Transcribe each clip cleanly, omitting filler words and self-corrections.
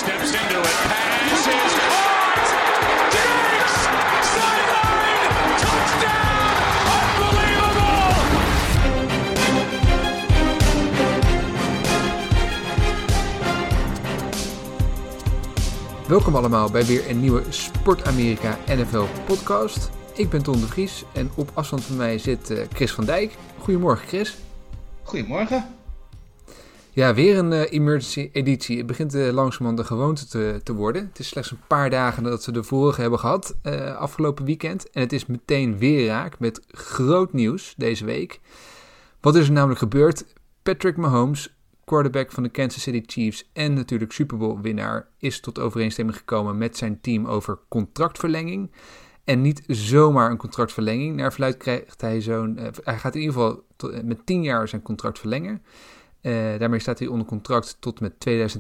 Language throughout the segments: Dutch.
Steps into it. Pass is caught. Diggs! Sideline! Touchdown! Unbelievable! Welkom allemaal bij weer een nieuwe Sport Amerika NFL podcast. Ik ben Ton de Vries en op afstand van mij zit Chris van Dijk. Goedemorgen Chris. Goedemorgen. Ja, weer een emergency editie. Het begint langzamerhand de gewoonte te worden. Het is slechts een paar dagen nadat we de vorige hebben gehad afgelopen weekend. En het is meteen weer raak met groot nieuws deze week. Wat is er namelijk gebeurd? Patrick Mahomes, quarterback van de Kansas City Chiefs en natuurlijk Super Bowl winnaar, is tot overeenstemming gekomen met zijn team over contractverlenging. En niet zomaar een contractverlenging. Naar verluidt krijgt hij hij gaat in ieder geval met 10 jaar zijn contract verlengen. Daarmee staat hij onder contract tot met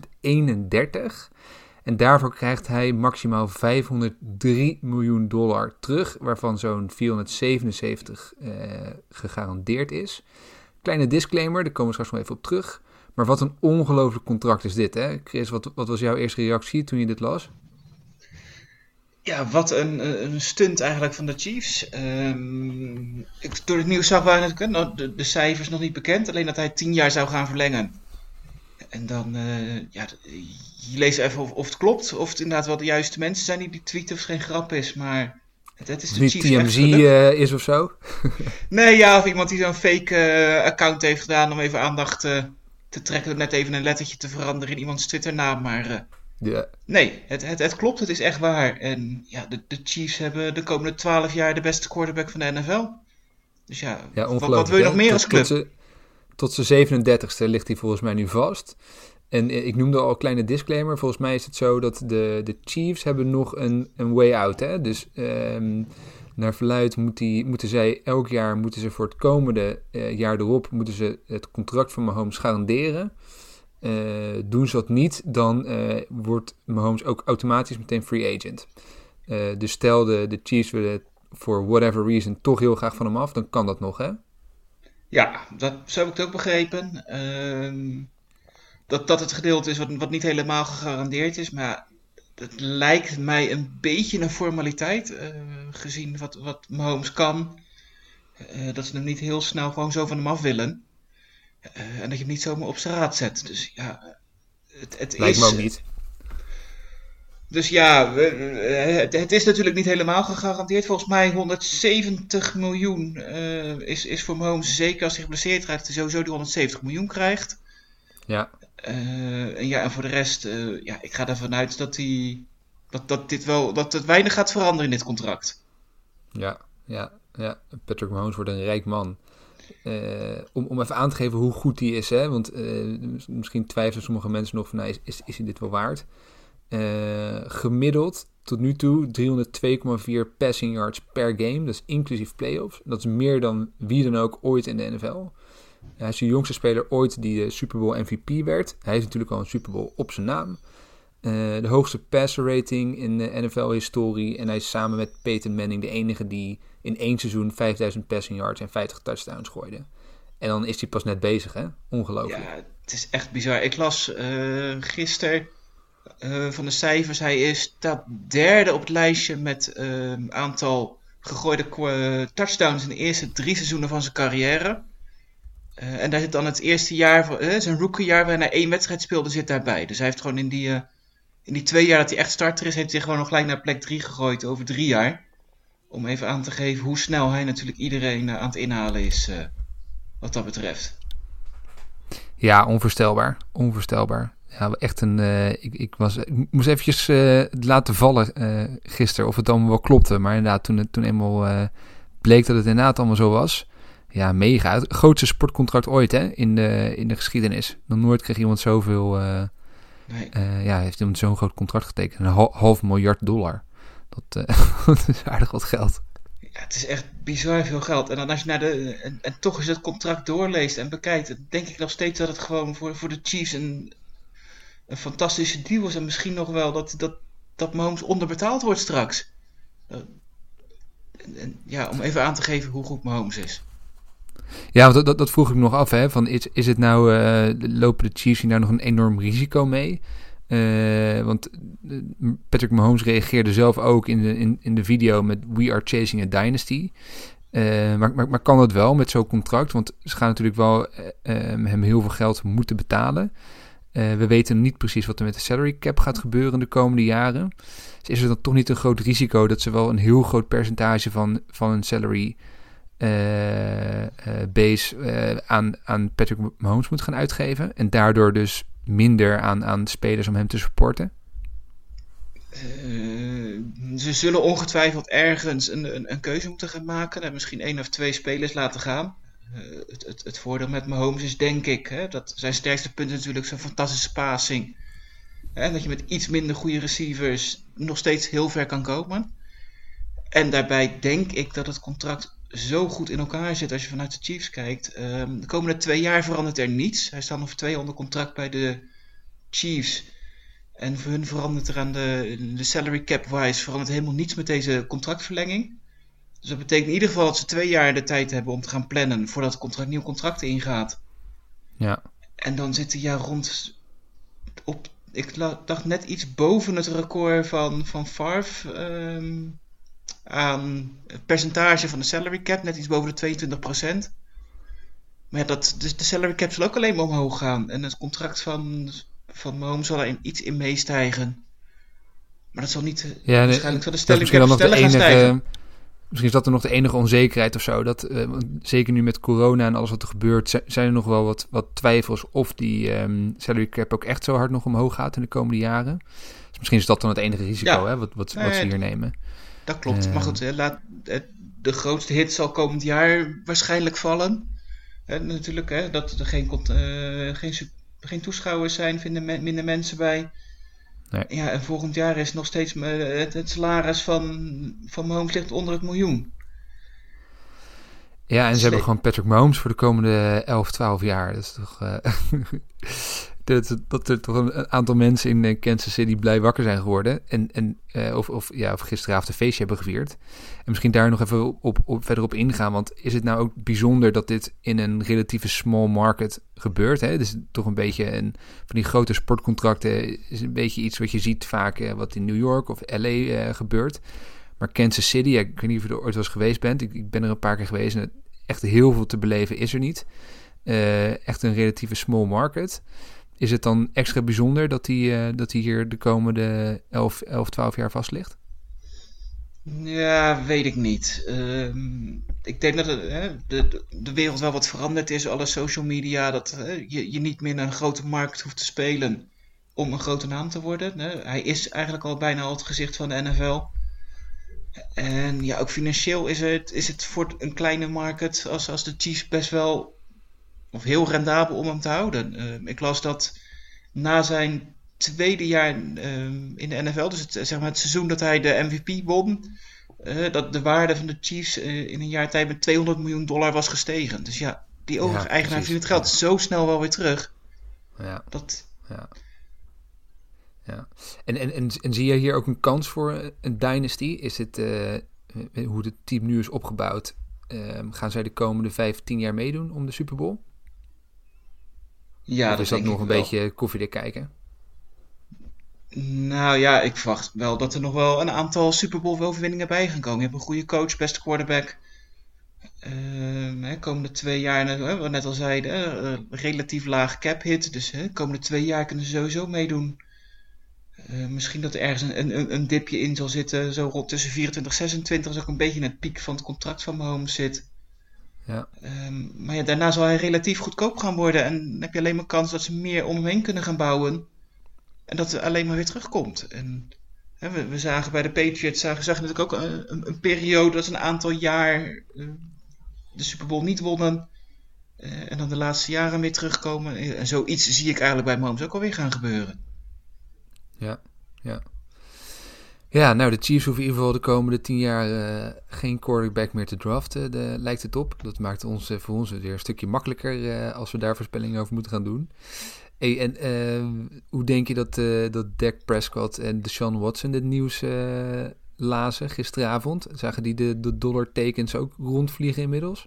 2031. En daarvoor krijgt hij maximaal $503 miljoen terug, waarvan zo'n 477 gegarandeerd is. Kleine disclaimer, daar komen we straks nog even op terug. Maar wat een ongelooflijk contract is dit, hè? Chris, wat was jouw eerste reactie toen je dit las? Ja, wat een stunt eigenlijk van de Chiefs. Door het nieuws zag waren de cijfers nog niet bekend. Alleen dat hij 10 jaar zou gaan verlengen. En dan, je leest even of het klopt. Of het inderdaad wel de juiste mensen zijn die tweeten of het geen grap is. Maar het is de niet Chiefs TMZ is of zo? Nee, ja, of iemand die zo'n fake account heeft gedaan om even aandacht te trekken. Door net even een lettertje te veranderen in iemands Twitternaam. Maar ja. Nee, het klopt, het is echt waar. En ja, de Chiefs hebben de komende 12 jaar de beste quarterback van de NFL. Dus ja, wat wil je nog meer als club? Tot zijn 37ste ligt hij volgens mij nu vast. En ik noemde al een kleine disclaimer. Volgens mij is het zo dat de Chiefs hebben nog een way out. Hè? Dus naar verluidt moeten zij elk jaar voor het komende jaar erop moeten ze het contract van Mahomes garanderen. Doen ze dat niet, dan wordt Mahomes ook automatisch meteen free agent. Dus stel de Chiefs willen het for whatever reason toch heel graag van hem af, dan kan dat nog, hè? Ja, zo heb ik het ook begrepen. Dat het gedeelte is wat niet helemaal gegarandeerd is, maar het lijkt mij een beetje een formaliteit, gezien wat Mahomes kan. Dat ze hem niet heel snel gewoon zo van hem af willen. En dat je hem niet zomaar op straat zet. Dus ja, het lijkt is... me ook niet. Dus ja, het is natuurlijk niet helemaal gegarandeerd. Volgens mij 170 miljoen is voor Mahomes, zeker als hij geblesseerd raakt, hij sowieso die 170 miljoen krijgt. Ja. En voor de rest, ik ga ervan uit dat het weinig gaat veranderen in dit contract. Ja. Patrick Mahomes wordt een rijk man. Om even aan te geven hoe goed hij is, hè? Want misschien twijfelen sommige mensen nog van, is hij dit wel waard? Gemiddeld tot nu toe 302,4 passing yards per game. Dat is inclusief playoffs. Dat is meer dan wie dan ook ooit in de NFL. Hij is de jongste speler ooit die de Super Bowl MVP werd. Hij heeft natuurlijk al een Super Bowl op zijn naam. De hoogste passer rating in de NFL-historie. En hij is samen met Peyton Manning de enige die in 1 seizoen 5000 passing yards en 50 touchdowns gooide. En dan is hij pas net bezig, hè? Ongelooflijk. Ja, het is echt bizar. Ik las gisteren van de cijfers. Hij staat derde op het lijstje met aantal gegooide touchdowns in de eerste 3 seizoenen van zijn carrière. En daar zit dan het eerste jaar, zijn rookiejaar, waarin hij 1 wedstrijd speelde, zit daarbij. Dus hij heeft gewoon in die 2 jaar dat hij echt starter is, heeft hij gewoon nog gelijk naar plek 3 gegooid over 3 jaar. Om even aan te geven hoe snel hij natuurlijk iedereen aan het inhalen is, wat dat betreft. Ja, onvoorstelbaar. Ja, echt ik moest eventjes laten vallen gisteren of het allemaal wel klopte. Maar inderdaad, toen eenmaal bleek dat het inderdaad allemaal zo was. Ja, mega. Het grootste sportcontract ooit, hè, in de geschiedenis. Nog nooit kreeg iemand zoveel... heeft iemand zo'n groot contract getekend. $500 miljoen. Dat is aardig wat geld. Ja, het is echt bizar veel geld. En dan als je en toch eens het contract doorleest en bekijkt, denk ik nog steeds dat het gewoon voor de Chiefs een fantastische deal is. En misschien nog wel dat Mahomes onderbetaald wordt straks. Om even aan te geven hoe goed Mahomes is. Ja, want dat vroeg ik nog af, hè. Van is het nou, lopen de Chiefs hier nou nog een enorm risico mee? Want Patrick Mahomes reageerde zelf ook in de video met We are chasing a dynasty. Maar kan dat wel met zo'n contract? Want ze gaan natuurlijk wel hem heel veel geld moeten betalen. We weten niet precies wat er met de salary cap gaat gebeuren de komende jaren. Dus is er dan toch niet een groot risico dat ze wel een heel groot percentage van een salary base aan Patrick Mahomes moet gaan uitgeven? En daardoor dus minder aan spelers om hem te supporten? Ze zullen ongetwijfeld ergens een keuze moeten gaan maken. En misschien 1 of 2 spelers laten gaan. Het voordeel met Mahomes is denk ik dat zijn sterkste punt is natuurlijk zijn fantastische passing. En dat je met iets minder goede receivers nog steeds heel ver kan komen. En daarbij denk ik dat het contract zo goed in elkaar zit als je vanuit de Chiefs kijkt. De komende 2 jaar verandert er niets. Hij staat nog voor 2 onder contract bij de Chiefs. En voor hun verandert er aan de salary cap-wise verandert helemaal niets met deze contractverlenging. Dus dat betekent in ieder geval dat ze 2 jaar de tijd hebben om te gaan plannen voordat het nieuw contract ingaat. Ja. En dan zit hij rond op, ik dacht net iets boven het record van Favre aan het percentage van de salary cap, net iets boven de 22%. Maar ja, de salary cap zal ook alleen maar omhoog gaan. En het contract van Mahomes zal er iets in meestijgen. Maar dat zal niet waarschijnlijk zal de salary cap sneller gaan stijgen. Misschien is dat er nog de enige onzekerheid of zo. Dat, zeker nu met corona en alles wat er gebeurt, zijn er nog wel wat twijfels of die salary cap ook echt zo hard nog omhoog gaat in de komende jaren. Dus misschien is dat dan het enige risico wat ze hier nemen. Dat klopt. Maar goed, de grootste hit zal komend jaar waarschijnlijk vallen. Natuurlijk, dat er geen toeschouwers zijn, vinden minder mensen bij. Nee. Ja, en volgend jaar is nog steeds het salaris van Mahomes ligt onder $1 miljoen. Ja, en ze hebben gewoon Patrick Mahomes voor de komende 11, 12 jaar. Dat is toch... dat er toch een aantal mensen in Kansas City blij wakker zijn geworden. Of gisteravond een feestje hebben gevierd. En misschien daar nog even verder op ingaan. Want is het nou ook bijzonder dat dit in een relatieve small market gebeurt? Hè? Dus toch een beetje van die grote sportcontracten is een beetje iets wat je ziet vaak wat in New York of LA gebeurt. Maar Kansas City, ik weet niet of je er ooit wel eens geweest bent. Ik ben er een paar keer geweest en echt heel veel te beleven is er niet. Echt een relatieve small market. Is het dan extra bijzonder dat hij hier de komende 11, 12 jaar vast ligt? Ja, weet ik niet. Ik denk dat de wereld wel wat veranderd is. Alle social media, dat je niet meer naar een grote markt hoeft te spelen om een grote naam te worden. Hij is eigenlijk al bijna al het gezicht van de NFL. En ja, ook financieel is het voor een kleine market als de Chiefs best wel... of heel rendabel om hem te houden. Ik las dat na zijn 2e jaar in de NFL, dus het seizoen dat hij de MVP won, dat de waarde van de Chiefs in een jaar tijd met $200 miljoen was gestegen. Dus ja, die overige eigenaar vindt het geld zo snel wel weer terug. Ja. Ja. En zie je hier ook een kans voor een dynasty? Is het hoe het team nu is opgebouwd? Gaan zij de komende 5-10 jaar meedoen om de Super Bowl? Ja, of is dat nog een beetje koffiedik kijken? Nou ja, ik verwacht wel dat er nog wel een aantal Super Bowl overwinningen bij gaan komen. Je hebt een goede coach, beste quarterback. Komende 2 jaar, wat we net al zeiden, relatief laag cap hit. Dus de komende 2 jaar kunnen ze sowieso meedoen. Misschien dat er ergens een dipje in zal zitten, zo rond tussen 24 en 26, als ook een beetje in het piek van het contract van Mahomes zit. Ja. Maar ja, daarna zal hij relatief goedkoop gaan worden. En dan heb je alleen maar kans dat ze meer om hem heen kunnen gaan bouwen. En dat het alleen maar weer terugkomt. En we zagen bij de Patriots, zagen natuurlijk ook een periode dat ze een aantal jaar de Super Bowl niet wonnen. En dan de laatste jaren weer terugkomen. En zoiets zie ik eigenlijk bij Mahomes ook alweer gaan gebeuren. Ja. Ja, nou, de Chiefs hoeven in ieder geval de komende 10 jaar geen quarterback meer te draften, lijkt het op. Dat maakt voor ons weer een stukje makkelijker als we daar voorspellingen over moeten gaan doen. Hey, en hoe denk je dat Dak Prescott en Deshaun Watson dit nieuws lazen gisteravond? Zagen die de dollartekens ook rondvliegen inmiddels?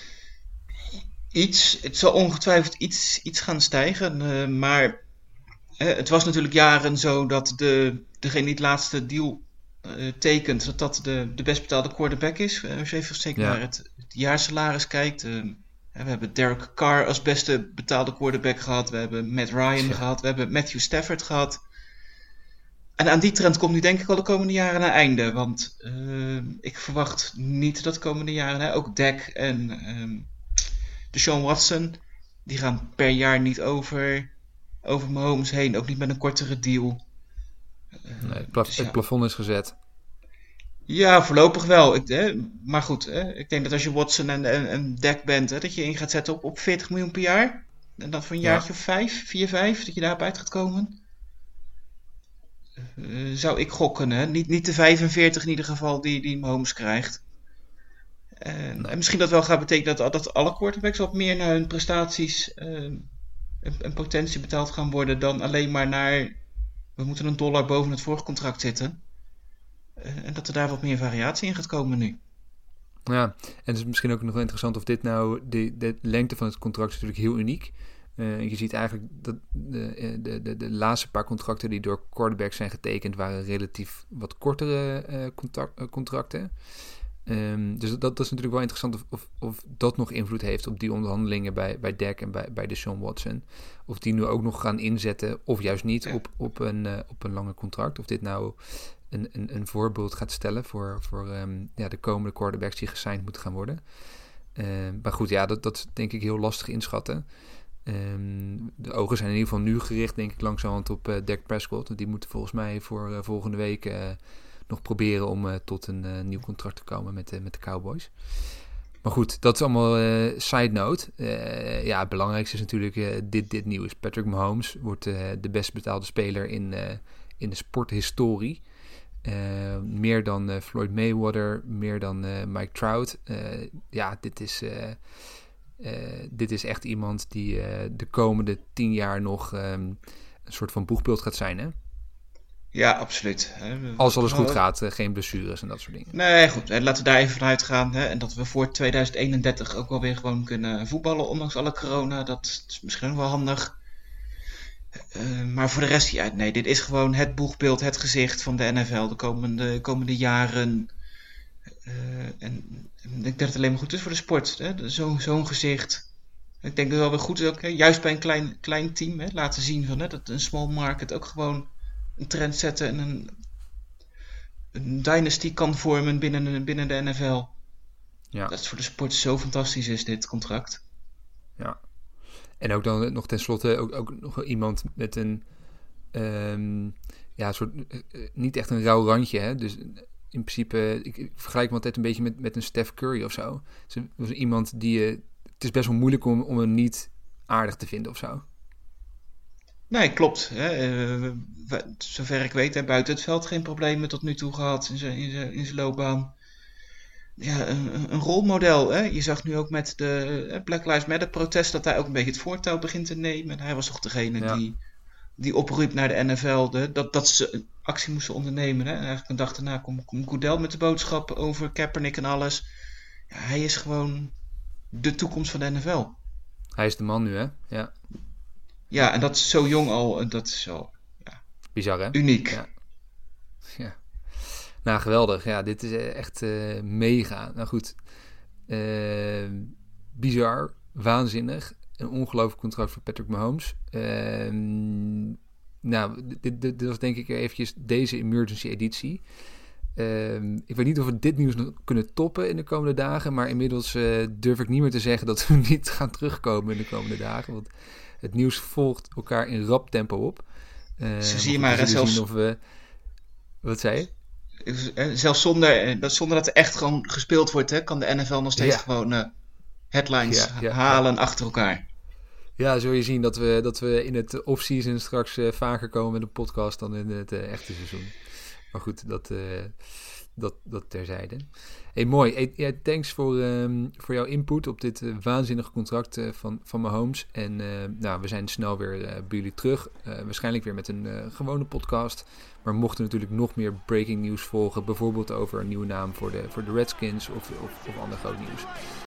Het zal ongetwijfeld iets gaan stijgen, maar Het was natuurlijk jaren zo dat degene die het laatste deal tekent, dat de best betaalde quarterback is. Als je even zeker naar het jaarsalaris kijkt. We hebben Derek Carr als beste betaalde quarterback gehad. We hebben Matt Ryan gehad. We hebben Matthew Stafford gehad. En aan die trend komt nu denk ik wel de komende jaren een einde. Want ik verwacht niet dat de komende jaren ook Dak en Deshaun Watson, die gaan per jaar niet over Mahomes heen. Ook niet met een kortere deal. Nee, het plafond is gezet. Ja, voorlopig wel. Maar goed, ik denk dat als je Watson en Dak bent, dat je in gaat zetten op 40 miljoen per jaar. En dat voor een jaartje of 4, 5, dat je daarop uit gaat komen. Zou ik gokken, hè? Niet de 45 in ieder geval die Mahomes krijgt. En misschien dat wel gaat betekenen dat alle quarterbacks wat meer naar hun prestaties en potentie betaald gaan worden dan alleen maar naar we moeten $1 boven het vorige contract zitten. En dat er daar wat meer variatie in gaat komen nu. Ja, en het is misschien ook nog wel interessant of dit nou, de lengte van het contract is natuurlijk heel uniek. Je ziet eigenlijk dat de laatste paar contracten die door quarterbacks zijn getekend waren relatief wat kortere contracten. Dus dat is natuurlijk wel interessant of dat nog invloed heeft op die onderhandelingen bij Dak en bij Deshaun Watson. Of die nu ook nog gaan inzetten of juist niet op een langer contract. Of dit nou een voorbeeld gaat stellen voor de komende quarterbacks die gesigned moeten gaan worden. Maar goed, ja, dat is denk ik heel lastig inschatten. De ogen zijn in ieder geval nu gericht, denk ik, langzamerhand op Dak Prescott. Want die moeten volgens mij voor volgende week nog proberen om tot een nieuw contract te komen met de Cowboys. Maar goed, dat is allemaal side note. Het belangrijkste is natuurlijk dit nieuws. Patrick Mahomes wordt de best betaalde speler in de sporthistorie. Meer dan Floyd Mayweather, meer dan Mike Trout. Dit is echt iemand die de komende 10 jaar nog een soort van boegbeeld gaat zijn, hè? Ja, absoluut. Als alles goed gaat, geen blessures en dat soort dingen. Nee, goed. Laten we daar even vanuit gaan. En dat we voor 2031 ook wel weer gewoon kunnen voetballen, ondanks alle corona. Dat is misschien wel handig. Maar voor de rest, dit is gewoon het boegbeeld, het gezicht van de NFL de komende jaren. En ik denk dat het alleen maar goed is voor de sport. Hè? Zo'n gezicht. Ik denk dat het wel weer goed is ook, juist bij een klein team, laten zien van, dat een small market ook gewoon een trend zetten en een dynasty kan vormen binnen de NFL. Ja. Dat is voor de sport zo fantastisch is, dit contract. Ja. En ook dan nog tenslotte ook nog iemand met een soort niet echt een rauw randje, hè? Dus in principe, ik vergelijk me altijd een beetje met een Steph Curry of zo. Dus iemand die het is best wel moeilijk om hem niet aardig te vinden of zo. Nee, klopt. Zover ik weet, buiten het veld geen problemen tot nu toe gehad in zijn loopbaan. Ja, een rolmodel. Je zag nu ook met de Black Lives Matter protest dat hij ook een beetje het voortouw begint te nemen. En hij was toch degene die opriep naar de NFL dat ze een actie moesten ondernemen. Hè? En eigenlijk een dag daarna komt Goodell met de boodschap over Kaepernick en alles. Ja, hij is gewoon de toekomst van de NFL. Hij is de man nu, hè? Ja. Ja, en dat is zo jong al. En dat is zo bizar, hè? Uniek. Ja. Nou, geweldig. Ja, dit is echt mega. Nou goed. Bizar. Waanzinnig. Een ongelooflijk contract voor Patrick Mahomes. Dit was denk ik eventjes deze emergency editie. Ik weet niet of we dit nieuws nog kunnen toppen in de komende dagen. Maar inmiddels durf ik niet meer te zeggen dat we niet gaan terugkomen in de komende dagen. Want het nieuws volgt elkaar in rap tempo op. Zo zie je maar. Zelfs... Wat zei je? Zelfs zonder dat er echt gewoon gespeeld wordt, kan de NFL nog steeds gewoon headlines halen achter elkaar. Ja, zul je zien dat we in het off-season straks vaker komen met een podcast dan in het echte seizoen. Maar goed, dat terzijde. Hey, mooi. Hey, thanks voor jouw input op dit waanzinnige contract van Mahomes. En we zijn snel weer bij jullie terug. Waarschijnlijk weer met een gewone podcast. Maar mochten natuurlijk nog meer breaking news volgen, bijvoorbeeld over een nieuwe naam voor de Redskins of ander groot nieuws,